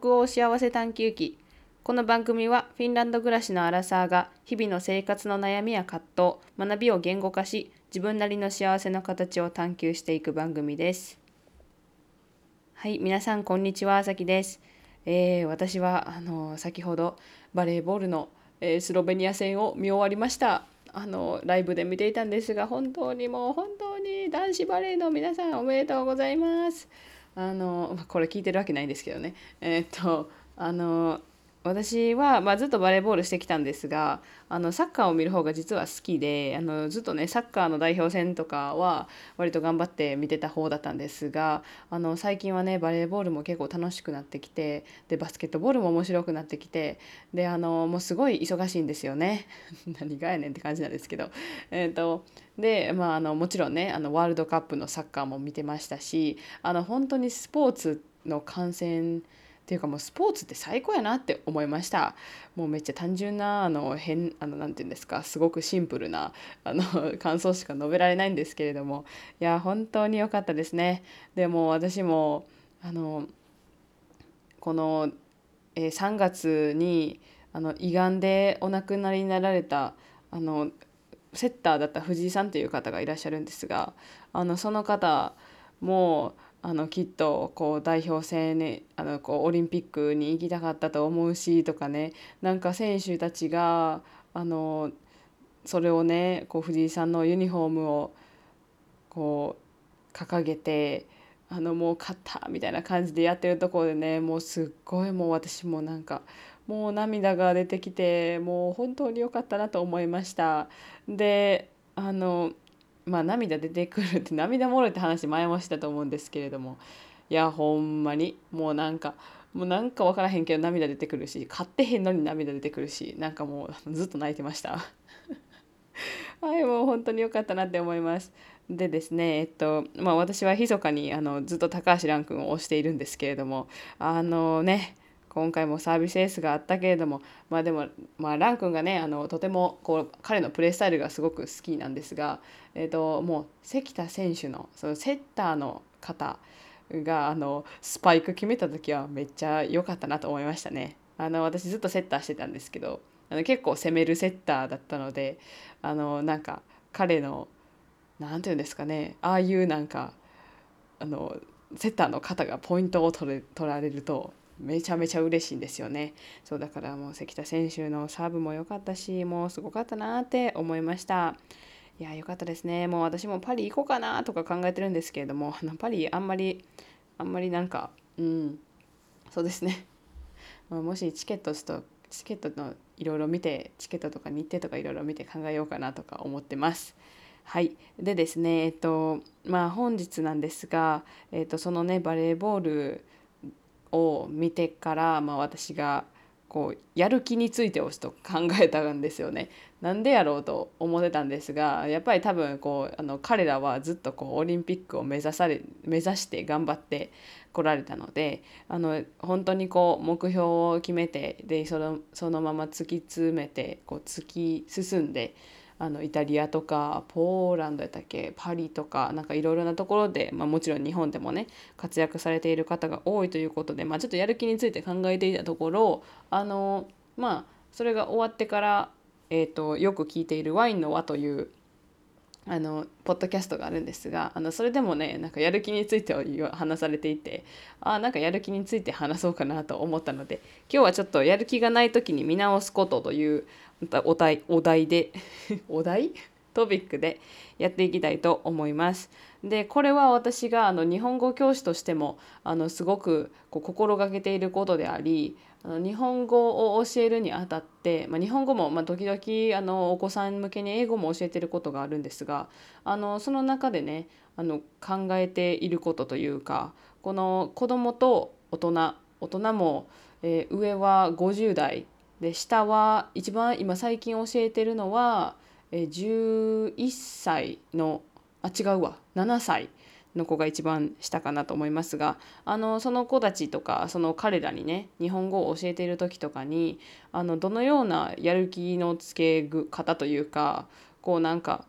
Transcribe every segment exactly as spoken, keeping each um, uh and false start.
北欧幸せ探求記。この番組はフィンランド暮らしのアラサーが日々の生活の悩みや葛藤、学びを言語化し、自分なりの幸せの形を探求していく番組です。はい、皆さんこんにちは、あさきです。えー、私はあの先ほどバレーボールの、えースロベニア戦を見終わりました。あのライブで見ていたんですが、本当にもう本当に男子バレーの皆さんおめでとうございます。あのこれ聞いてるわけないんですけどね。えーっとあの私は、まあ、ずっとバレーボールしてきたんですが、あのサッカーを見る方が実は好きで、あのずっとねサッカーの代表戦とかは割と頑張って見てた方だったんですが、あの最近はねバレーボールも結構楽しくなってきて、でバスケットボールも面白くなってきて、であのもうすごい忙しいんですよね。何がやねんって感じなんですけど、えーとで、まあ、あのもちろんねあのワールドカップのサッカーも見てましたし、あの本当にスポーツの観戦っていうか、もうスポーツって最高やなって思いました。もうめっちゃ単純なあの変あのなんていうんですか、すごくシンプルなあの感想しか述べられないんですけれども、いや本当に良かったですね。でも私もあのこの、えーさんがつにあの胃がんでお亡くなりになられたあのセッターだった藤井さんという方がいらっしゃるんですが、あのその方もあのきっとこう代表戦ね、あのこうオリンピックに行きたかったと思うしとかね、なんか選手たちがあのそれをねこう藤井さんのユニフォームをこう掲げて、あのもう勝ったみたいな感じでやってるところでね、もうすっごいもう私もなんかもう涙が出てきて、もう本当に良かったなと思いました。であのまあ涙出てくるって涙もろいって話前もしたと思うんですけれども、いやほんまにもうなんかもうなんか分からへんけど涙出てくるし、勝ってへんのに涙出てくるし、なんかもうずっと泣いてました。はい、もう本当に良かったなって思います。でですね、えっと、まあ私は密かにあのずっと高橋蘭君を推しているんですけれども、あのね、今回もサービスエースがあったけれども、まあでも、まあ蘭君がね、あのとてもこう彼のプレースタイルがすごく好きなんですが、えっと、もう関田選手のそのセッターの方があのスパイク決めた時はめっちゃ良かったなと思いましたね。あの私ずっとセッターしてたんですけど、あの結構攻めるセッターだったので、あのなんか彼のなんていうんですかね、ああいうなんかあのセッターの方がポイントを取れ取られるとめちゃめちゃ嬉しいんですよね。そうだからもう関田選手のサーブも良かったし、もうすごかったなって思いました。いや良かったですね。もう私もパリ行こうかなとか考えてるんですけれども、あのパリあんまりあんまりなんかうんそうですね。まあもしチケットとチケットのいろいろ見て、チケットとか日程とかいろいろ見て考えようかなとか思ってます。はい。でですね、えっと、まあ本日なんですが、えっと、そのね、バレーボールを見てから、まあ私がこう、やる気についてをちょっと考えたんですよね。なんでやろうと思ってたんですが、やっぱり多分こう、あの彼らはずっとこう、オリンピックを目指され、目指して頑張って来られたので、あの、本当にこう、目標を決めて、で、その、そのまま突き詰めて、こう、突き進んで、あのイタリアとかポーランドやったっけ、パリとかなんかいろいろなところで、まあ、もちろん日本でもね活躍されている方が多いということで、まあ、ちょっとやる気について考えていたところ、あのまあそれが終わってから、えーと、よく聞いている「ワインの輪」というあのポッドキャストがあるんですが、あのそれでもねなんかやる気について話されていて、あなんかやる気について話そうかなと思ったので、今日はちょっとやる気がない時に見直すことというお題お題でお題トピックでやっていきたいと思います。でこれは私があの日本語教師としてもあのすごくこう心がけていることであり、あの日本語を教えるにあたって、まあ、日本語もまあ時々あのお子さん向けに英語も教えてることがあるんですが、あのその中でねあの考えていることというか、この子供と大人大人も、えー上はごじゅう代で、下は一番今最近教えてるのは、えーじゅういっさいのあ違うわななさいの子が一番下かなと思いますが、あのその子たちとかその彼らにね日本語を教えている時とかに、あのどのようなやる気のつけ方というか、こうなんか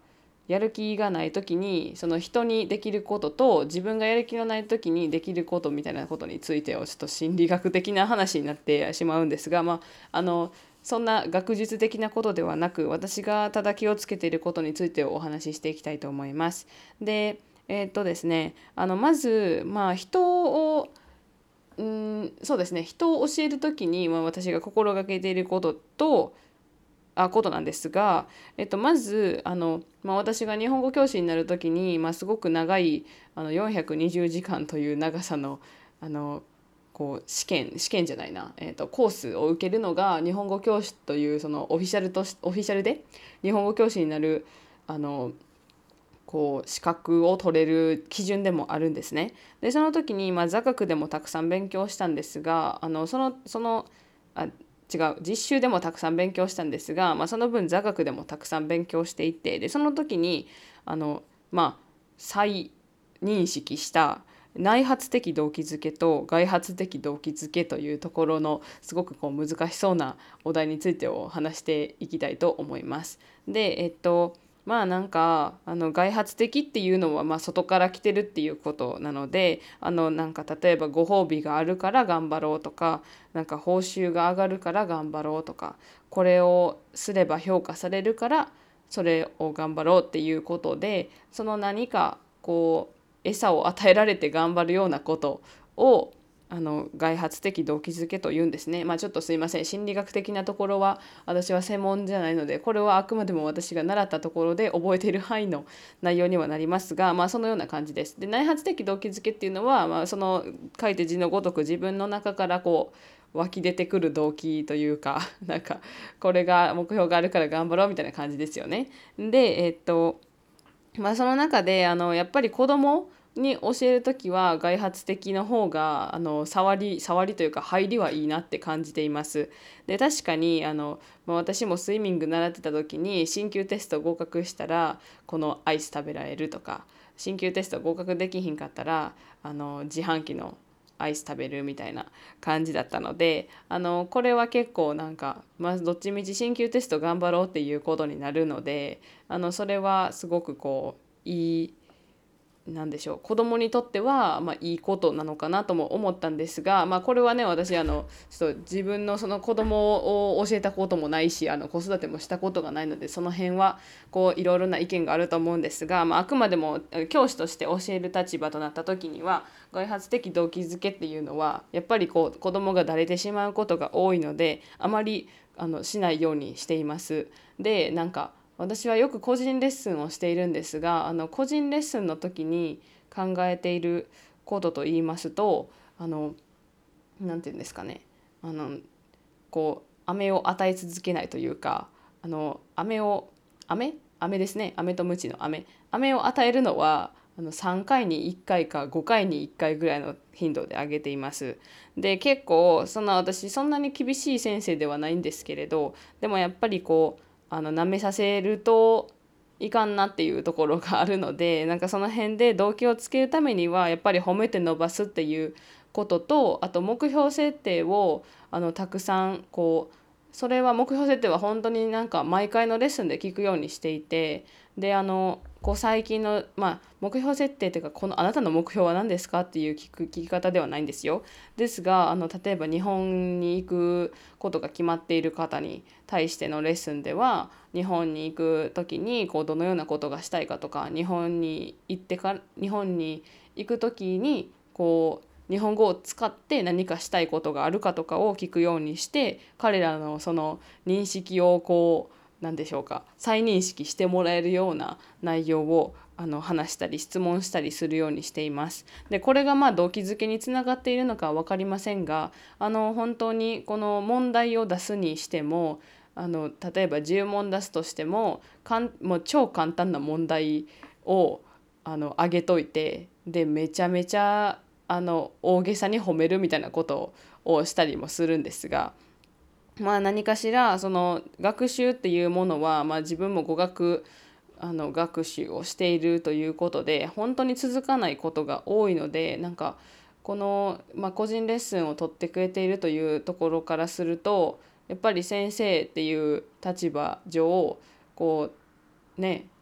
やる気がない時にその人にできることと自分がやる気のない時にできることみたいなことについてはちょっと心理学的な話になってしまうんですが、まあ、あのそんな学術的なことではなく、私がただ気をつけていることについてお話ししていきたいと思います。で、えーっとですね、あのまず、まあ、人をうんそうですね人を教える時に、まあ、私が心がけていることとあことなんですが、えっと、まずあの、まあ、私が日本語教師になる時に、まあ、すごく長いあのよんひゃくにじゅうじかんという長さの、あのこう試験試験じゃないな、えっと、コースを受けるのが日本語教師というそのオフィシャルとしオフィシャルで日本語教師になるあのこう資格を取れる基準でもあるんですね。でその時に、まあ、座学でもたくさん勉強したんですが、あのそのそのあ違う実習でもたくさん勉強したんですが、まあ、その分座学でもたくさん勉強していて、でその時にあの、まあ、再認識した内発的動機づけと外発的動機づけというところのすごくこう難しそうなお題についてを話していきたいと思います。で、えっとまあなんかあの外発的っていうのはまあ外から来てるっていうことなので、あのなんか例えばご褒美があるから頑張ろうとか、なんか報酬が上がるから頑張ろうとか、これをすれば評価されるからそれを頑張ろうっていうことで、その何かこう餌を与えられて頑張るようなことをあの外発的動機づけというんですね。まあちょっとすいません、心理学的なところは私は専門じゃないので、これはあくまでも私が習ったところで覚えている範囲の内容にはなりますが、まあそのような感じです。で、内発的動機づけっていうのは、まあ、その書いて字のごとく自分の中からこう湧き出てくる動機というか、なんかこれが目標があるから頑張ろうみたいな感じですよね。で、えっとまあ、その中であのやっぱり子供に教える時は外発的の方があの触り触りというか入りはいいなって感じています。で確かにあの、まあ、私もスイミング習ってた時に進級テスト合格したらこのアイス食べられるとか、進級テスト合格できひんかったらあの自販機のアイス食べるみたいな感じだったので、あのこれは結構なんか、まあ、どっちみち進級テスト頑張ろうっていうことになるので、あのそれはすごくこういいなんでしょう、子供にとっては、まあ、いいことなのかなとも思ったんですが、まあ、これはね私あのちょっと自分のその子供を教えたこともないし、あの子育てもしたことがないので、その辺はこういろいろな意見があると思うんですが、まあ、あくまでも教師として教える立場となった時には外発的動機づけっていうのはやっぱりこう子供がだれてしまうことが多いので、あまりあのしないようにしています。でなんか私はよく個人レッスンをしているんですが、あの個人レッスンの時に考えていることと言いますと、あのなんて言うんですかね、あのこう飴を与え続けないというか、あの飴を飴飴ですね、飴とムチの飴飴を与えるのはあのさんかいにいっかいかごかいにいっかいぐらいの頻度であげています。で結構そんな私そんなに厳しい先生ではないんですけれど、でもやっぱりこうあの舐めさせるといかんなっていうところがあるので、なんかその辺で動機をつけるためにはやっぱり褒めて伸ばすっていうことと、あと目標設定をあのたくさんこうそれは目標設定は本当になんか毎回のレッスンで聞くようにしていて、であのこう最近の、まあ、目標設定というか、このあなたの目標は何ですかっていう聞く聞き方ではないんですよ。ですがあの例えば日本に行くことが決まっている方に対してのレッスンでは、日本に行く時にこうどのようなことがしたいかとか、日本に行ってから日本に行く時にこう日本語を使って何かしたいことがあるかとかを聞くようにして、彼らのその認識をこう何でしょうか、再認識してもらえるような内容をあの話したり質問したりするようにしています。でこれがまあ動機づけにつながっているのかは分かりませんが、あの本当にこの問題を出すにしても、あの例えばじゅう問出すとしてもかんもう超簡単な問題をあの上げといて、でめちゃめちゃあの大げさに褒めるみたいなことをしたりもするんですが、まあ何かしらその学習っていうものは、まあ、自分も語学あの学習をしているということで本当に続かないことが多いので、なんかこの、まあ、個人レッスンを取ってくれているというところからすると、やっぱり先生っていう立場上こうね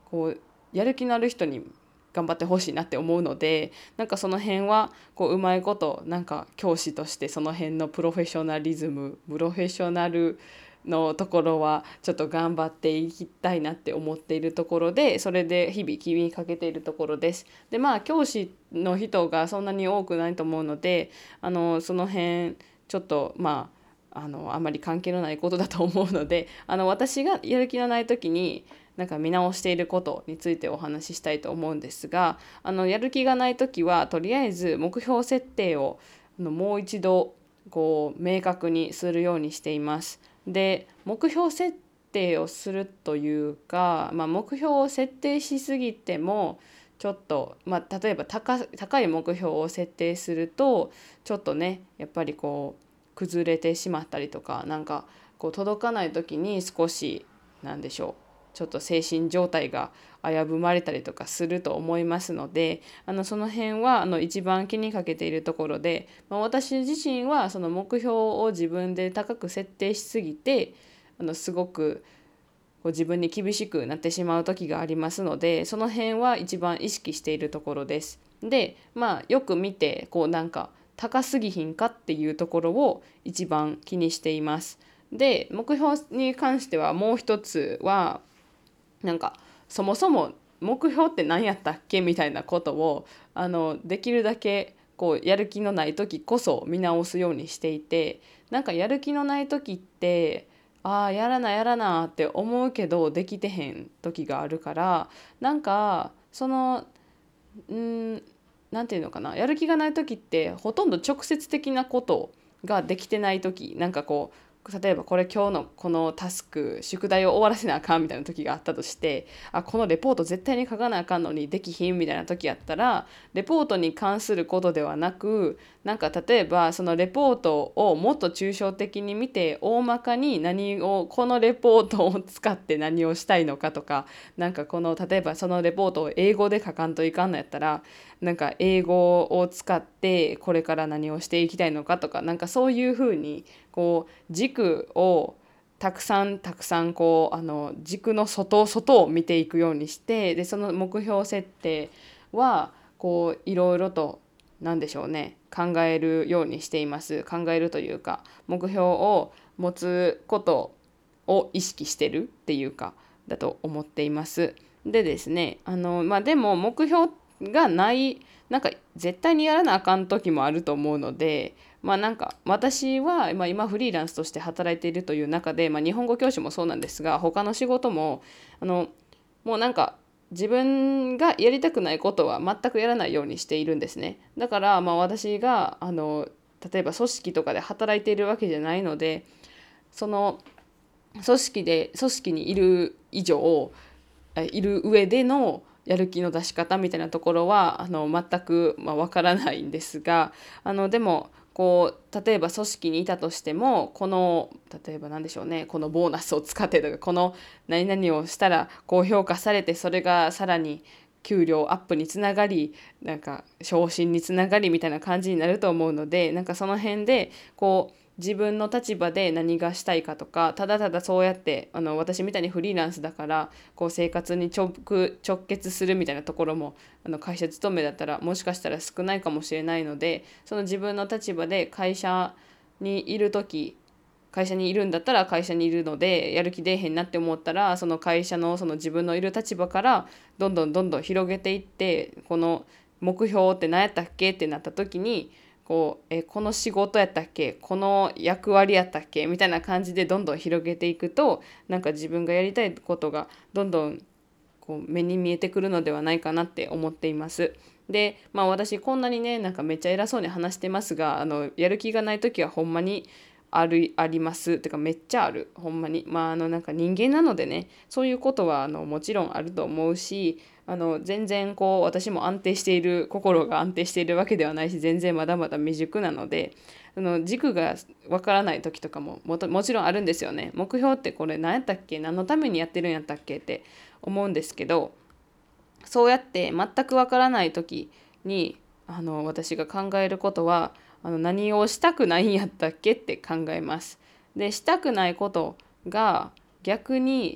こうやる気のある人に頑張ってほしいなって思うので、なんかその辺はこううまいことなんか教師としてその辺のプロフェッショナリズムプロフェッショナルのところはちょっと頑張っていきたいなって思っているところで、それで日々気にかけているところです。でまあ教師の人がそんなに多くないと思うので、あのその辺ちょっとまああのあまり関係のないことだと思うので、あの私がやる気のない時になんか見直していることについてお話ししたいと思うんですが、あのやる気がない時はとりあえず目標設定をあのもう一度こう明確にするようにしています。で目標設定をするというか、まあ、目標を設定しすぎてもちょっと、まあ、例えば 高, 高い目標を設定するとちょっとねやっぱりこう崩れてしまったりとか、なんかこう届かない時に少しなんでしょうちょっと精神状態が危ぶまれたりとかすると思いますので、あのその辺はあの一番気にかけているところで、まあ、私自身はその目標を自分で高く設定しすぎてあのすごくこう自分に厳しくなってしまう時がありますので、その辺は一番意識しているところです。でまあよく見てこうなんか高すぎひんかっていうところを一番気にしています。で目標に関してはもう一つはなんかそもそも目標って何やったっけみたいなことをあのできるだけこうやる気のない時こそ見直すようにしていて、なんかやる気のない時ってああやらなやらなって思うけどできてへん時があるから、なんかそのんなんていうのかな、やる気がない時ってほとんど直接的なことができてない時、なんかこう例えばこれ今日のこのタスク宿題を終わらせなあかんみたいな時があったとして、あこのレポート絶対に書かなあかんのにできひんみたいな時やったら、レポートに関することではなく、なんか例えばそのレポートをもっと抽象的に見て大まかに何をこのレポートを使って何をしたいのかとか、なんかこの例えばそのレポートを英語で書かんといかんのやったらなんか英語を使ってこれから何をしていきたいのかとか、なんかそういうふうにこう軸をたくさんたくさんこうあの軸の外外を見ていくようにして、でその目標設定はこういろいろと何でしょうね考えるようにしています。考えるというか目標を持つことを意識してるっていうかだと思っています。でですねあのまあでも目標がないなんか絶対にやらなあかん時もあると思うので、まあなんか私は、まあ、今フリーランスとして働いているという中で、まあ、日本語教師もそうなんですが他の仕事もあのもうなんか自分がやりたくないことは全くやらないようにしているんですね。だからまあ私があの例えば組織とかで働いているわけじゃないので、その組織で組織にいる以上いる上でのやる気の出し方みたいなところはあの全くまあわからないんですが、あのでもこう例えば組織にいたとしてもこの例えば何でしょうねこのボーナスを使ってとかこの何々をしたら高評価されてそれがさらに給料アップにつながりなんか昇進につながりみたいな感じになると思うので、なんかその辺でこう自分の立場で何がしたいかとか、ただただそうやってあの私みたいにフリーランスだからこう生活に直直結するみたいなところもあの会社勤めだったらもしかしたら少ないかもしれないので、その自分の立場で会社にいる時会社にいるんだったら会社にいるのでやる気出えへんなって思ったら、その会社のその自分のいる立場からどんどんどんどん広げていって、この目標って何やったっけってなった時にこうえこの仕事やったっけこの役割やったっけみたいな感じでどんどん広げていくと、なんか自分がやりたいことがどんどんこう目に見えてくるのではないかなって思っています。でまあ私こんなにねなんかめっちゃ偉そうに話してますが、あのやる気がない時はほんまにあるありますてかめっちゃあるほんまに。まああのなんか人間なのでねそういうことはあのもちろんあると思うし、あの全然こう私も安定している心が安定しているわけではないし、全然まだまだ未熟なので、あの軸がわからない時とかももともちろんあるんですよね。目標ってこれ何やったっけ何のためにやってるんやったっけって思うんですけど、そうやって全くわからない時にあの私が考えることはあの何をしたくないんやったっけって考えます。でしたくないことが逆に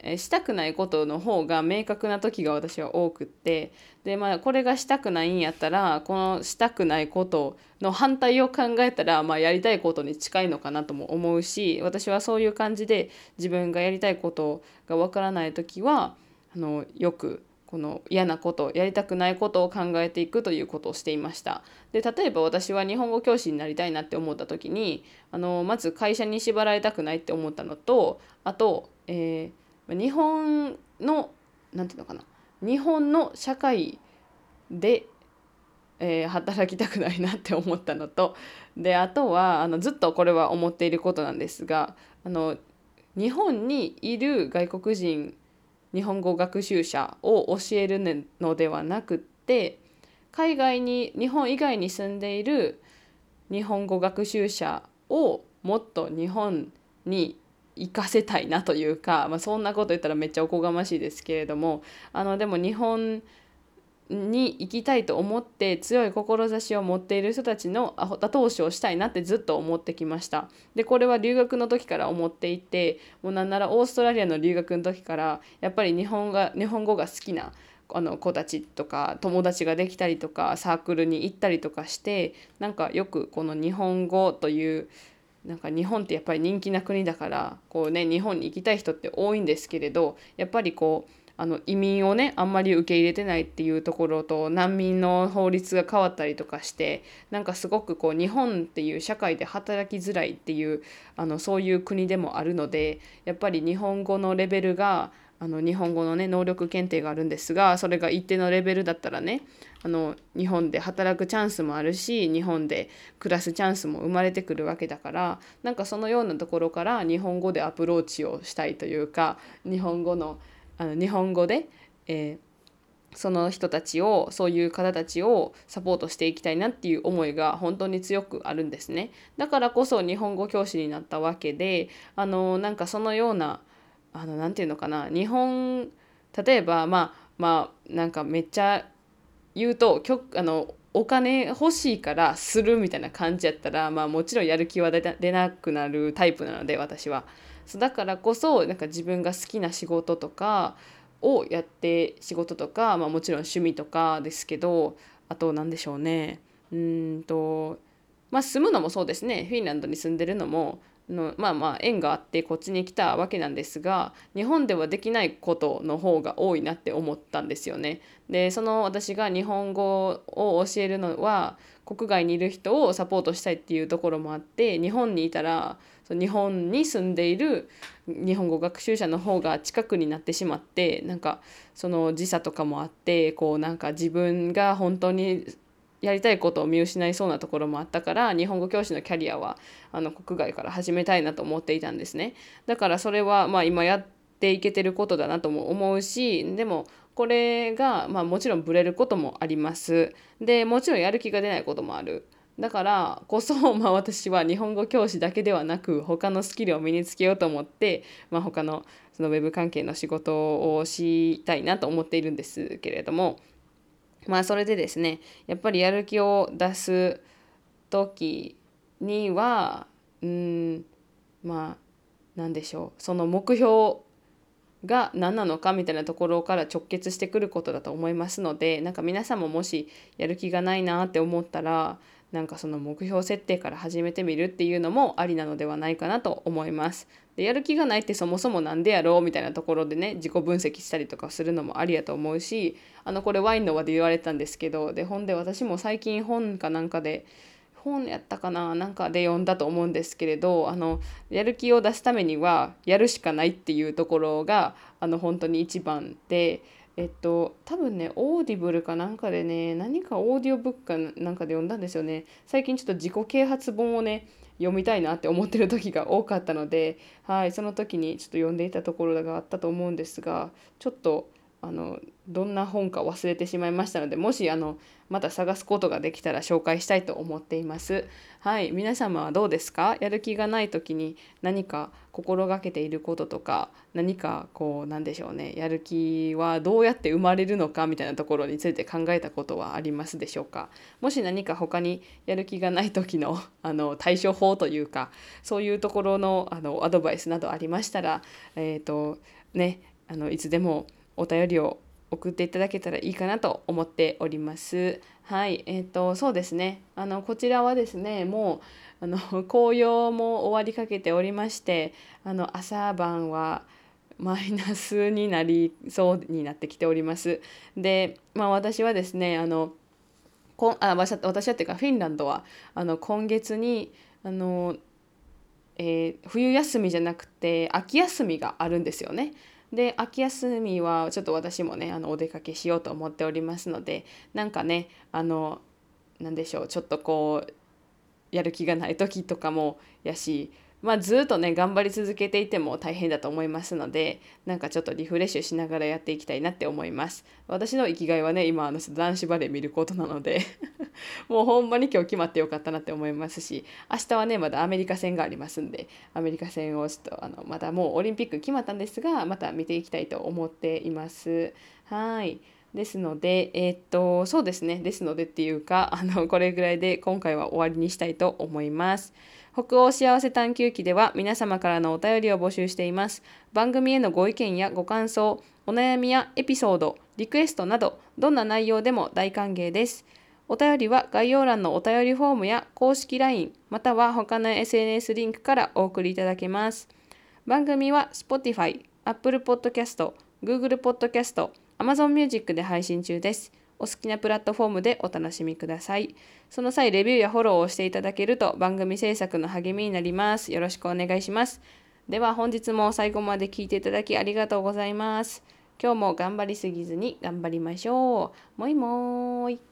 えーしたくないことの方が明確な時が私は多くって、でまあこれがしたくないんやったらこのしたくないことの反対を考えたら、まあ、やりたいことに近いのかなとも思うし、私はそういう感じで自分がやりたいことがわからない時はあのよくこの嫌なことやりたくないことを考えていくということをしていました。で例えば私は日本語教師になりたいなって思った時にあのまず会社に縛られたくないって思ったのと、あと、えー日本のなんていうのかな日本の社会で、えー働きたくないなって思ったのと、であとはあのずっとこれは思っていることなんですが、あの日本にいる外国人日本語学習者を教えるのではなくって、海外に日本以外に住んでいる日本語学習者をもっと日本に行かせたいなというか、まあ、そんなこと言ったらめっちゃおこがましいですけれども、あのでも日本に行きたいと思って強い志を持っている人たちの後押しをしたいなってずっと思ってきました。でこれは留学の時から思っていて、もうなんならオーストラリアの留学の時からやっぱり日本が日本語が好きなあの子たちとか友達ができたりとかサークルに行ったりとかして、なんかよくこの日本語というなんか日本ってやっぱり人気な国だからこうね日本に行きたい人って多いんですけれど、やっぱりこうあの移民をねあんまり受け入れてないっていうところと難民の法律が変わったりとかして、なんかすごくこう日本っていう社会で働きづらいっていうあのそういう国でもあるので、やっぱり日本語のレベルがあの日本語のね能力検定があるんですが、それが一定のレベルだったらねあの日本で働くチャンスもあるし日本で暮らすチャンスも生まれてくるわけだから、なんかそのようなところから日本語でアプローチをしたいというか、日本語のあの日本語で、えー、その人たちをそういう方たちをサポートしていきたいなっていう思いが本当に強くあるんですね。だからこそ日本語教師になったわけで、あのなんかそのようなあのなんていうのかな日本例えばまあまあなんかめっちゃ言うとあのお金欲しいからするみたいな感じやったら、まあ、もちろんやる気は出なくなるタイプなので私は。そうだからこそなんか自分が好きな仕事とかをやって仕事とか、まあ、もちろん趣味とかですけど、あと何でしょうねうーんとまあ住むのもそうですね。フィンランドに住んでるのものまあまあ縁があってこっちに来たわけなんですが、日本ではできないことの方が多いなって思ったんですよね。でその私が日本語を教えるのは国外にいる人をサポートしたいっていうところもあって、日本にいたらその日本に住んでいる日本語学習者の方が近くになってしまって、なんかその時差とかもあって、こうなんか自分が本当にやりたいことを見失いそうなところもあったから、日本語教師のキャリアはあの国外から始めたいなと思っていたんですね。だからそれはまあ今やっていけてることだなとも思うし、でもこれがまあもちろんブレることもあります。でもちろんやる気が出ないこともある。だからこそ、まあ、私は日本語教師だけではなく他のスキルを身につけようと思って、まあ、他のそのウェブ関係の仕事をしたいなと思っているんですけれども、まあそれでですね、やっぱりやる気を出す時にはうーんまあ何でしょう、その目標が何なのかみたいなところから直結してくることだと思いますので、なんか皆さんももしやる気がないなって思ったら、なんかその目標設定から始めてみるっていうのもありなのではないかなと思います。でやる気がないってそもそもなんでやろうみたいなところでね自己分析したりとかするのもありやと思うし、あのこれワインの輪で言われたんですけど、で本で私も最近本かなんかで本やったかななんかで読んだと思うんですけれど、あのやる気を出すためにはやるしかないっていうところがあの本当に一番で、えっと多分ねオーディブルかなんかでね何かオーディオブックかなんかで読んだんですよね。最近ちょっと自己啓発本をね読みたいなって思ってる時が多かったので、はい、その時にちょっと読んでいたところがあったと思うんですが、ちょっとあのどんな本か忘れてしまいましたので、もしあのまた探すことができたら紹介したいと思っています。はい、皆様はどうですか？やる気がない時に何か心がけていることとか、何かこうなんでしょうね、やる気はどうやって生まれるのかみたいなところについて考えたことはありますでしょうか？もし何か他にやる気がない時のあの対処法というか、そういうところのあのアドバイスなどありましたら、えっとねあのいつでもお便りを送っていただけたらいいかなと思っております。はい、えっとそうですね。あのこちらはですね、もうあの紅葉も終わりかけておりまして、あの朝晩はマイナスになりそうになってきております。で、まあ私はですね、あのこんあわし私はっていうかフィンランドはあの今月にあの、えー冬休みじゃなくて秋休みがあるんですよね。で秋休みはちょっと私もねあのお出かけしようと思っておりますので、なんかねあのなんでしょう、ちょっとこうやる気がない時とかもやし、まあ、ずっとね頑張り続けていても大変だと思いますので、なんかちょっとリフレッシュしながらやっていきたいなって思います。私の生きがいはね今あの男子バレー見ることなのでもうほんまに今日決まってよかったなって思いますし、明日はねまだアメリカ戦がありますんで、アメリカ戦をちょっとあのまだもうオリンピック決まったんですが、また見ていきたいと思っています。はい。ですので、えーっと、そうですね。ですのでっていうか、あの、これぐらいで今回は終わりにしたいと思います。北欧幸せ探求記では皆様からのお便りを募集しています。番組へのご意見やご感想、お悩みやエピソード、リクエストなど、どんな内容でも大歓迎です。お便りは概要欄のお便りフォームや公式 ライン、または他の エスエヌエス リンクからお送りいただけます。番組は Spotify、Apple Podcast、Google Podcast、Amazon Music で配信中です。お好きなプラットフォームでお楽しみください。その際、レビューやフォローをしていただけると番組制作の励みになります。よろしくお願いします。では本日も最後まで聞いていただきありがとうございます。今日も頑張りすぎずに頑張りましょう。もいもーい。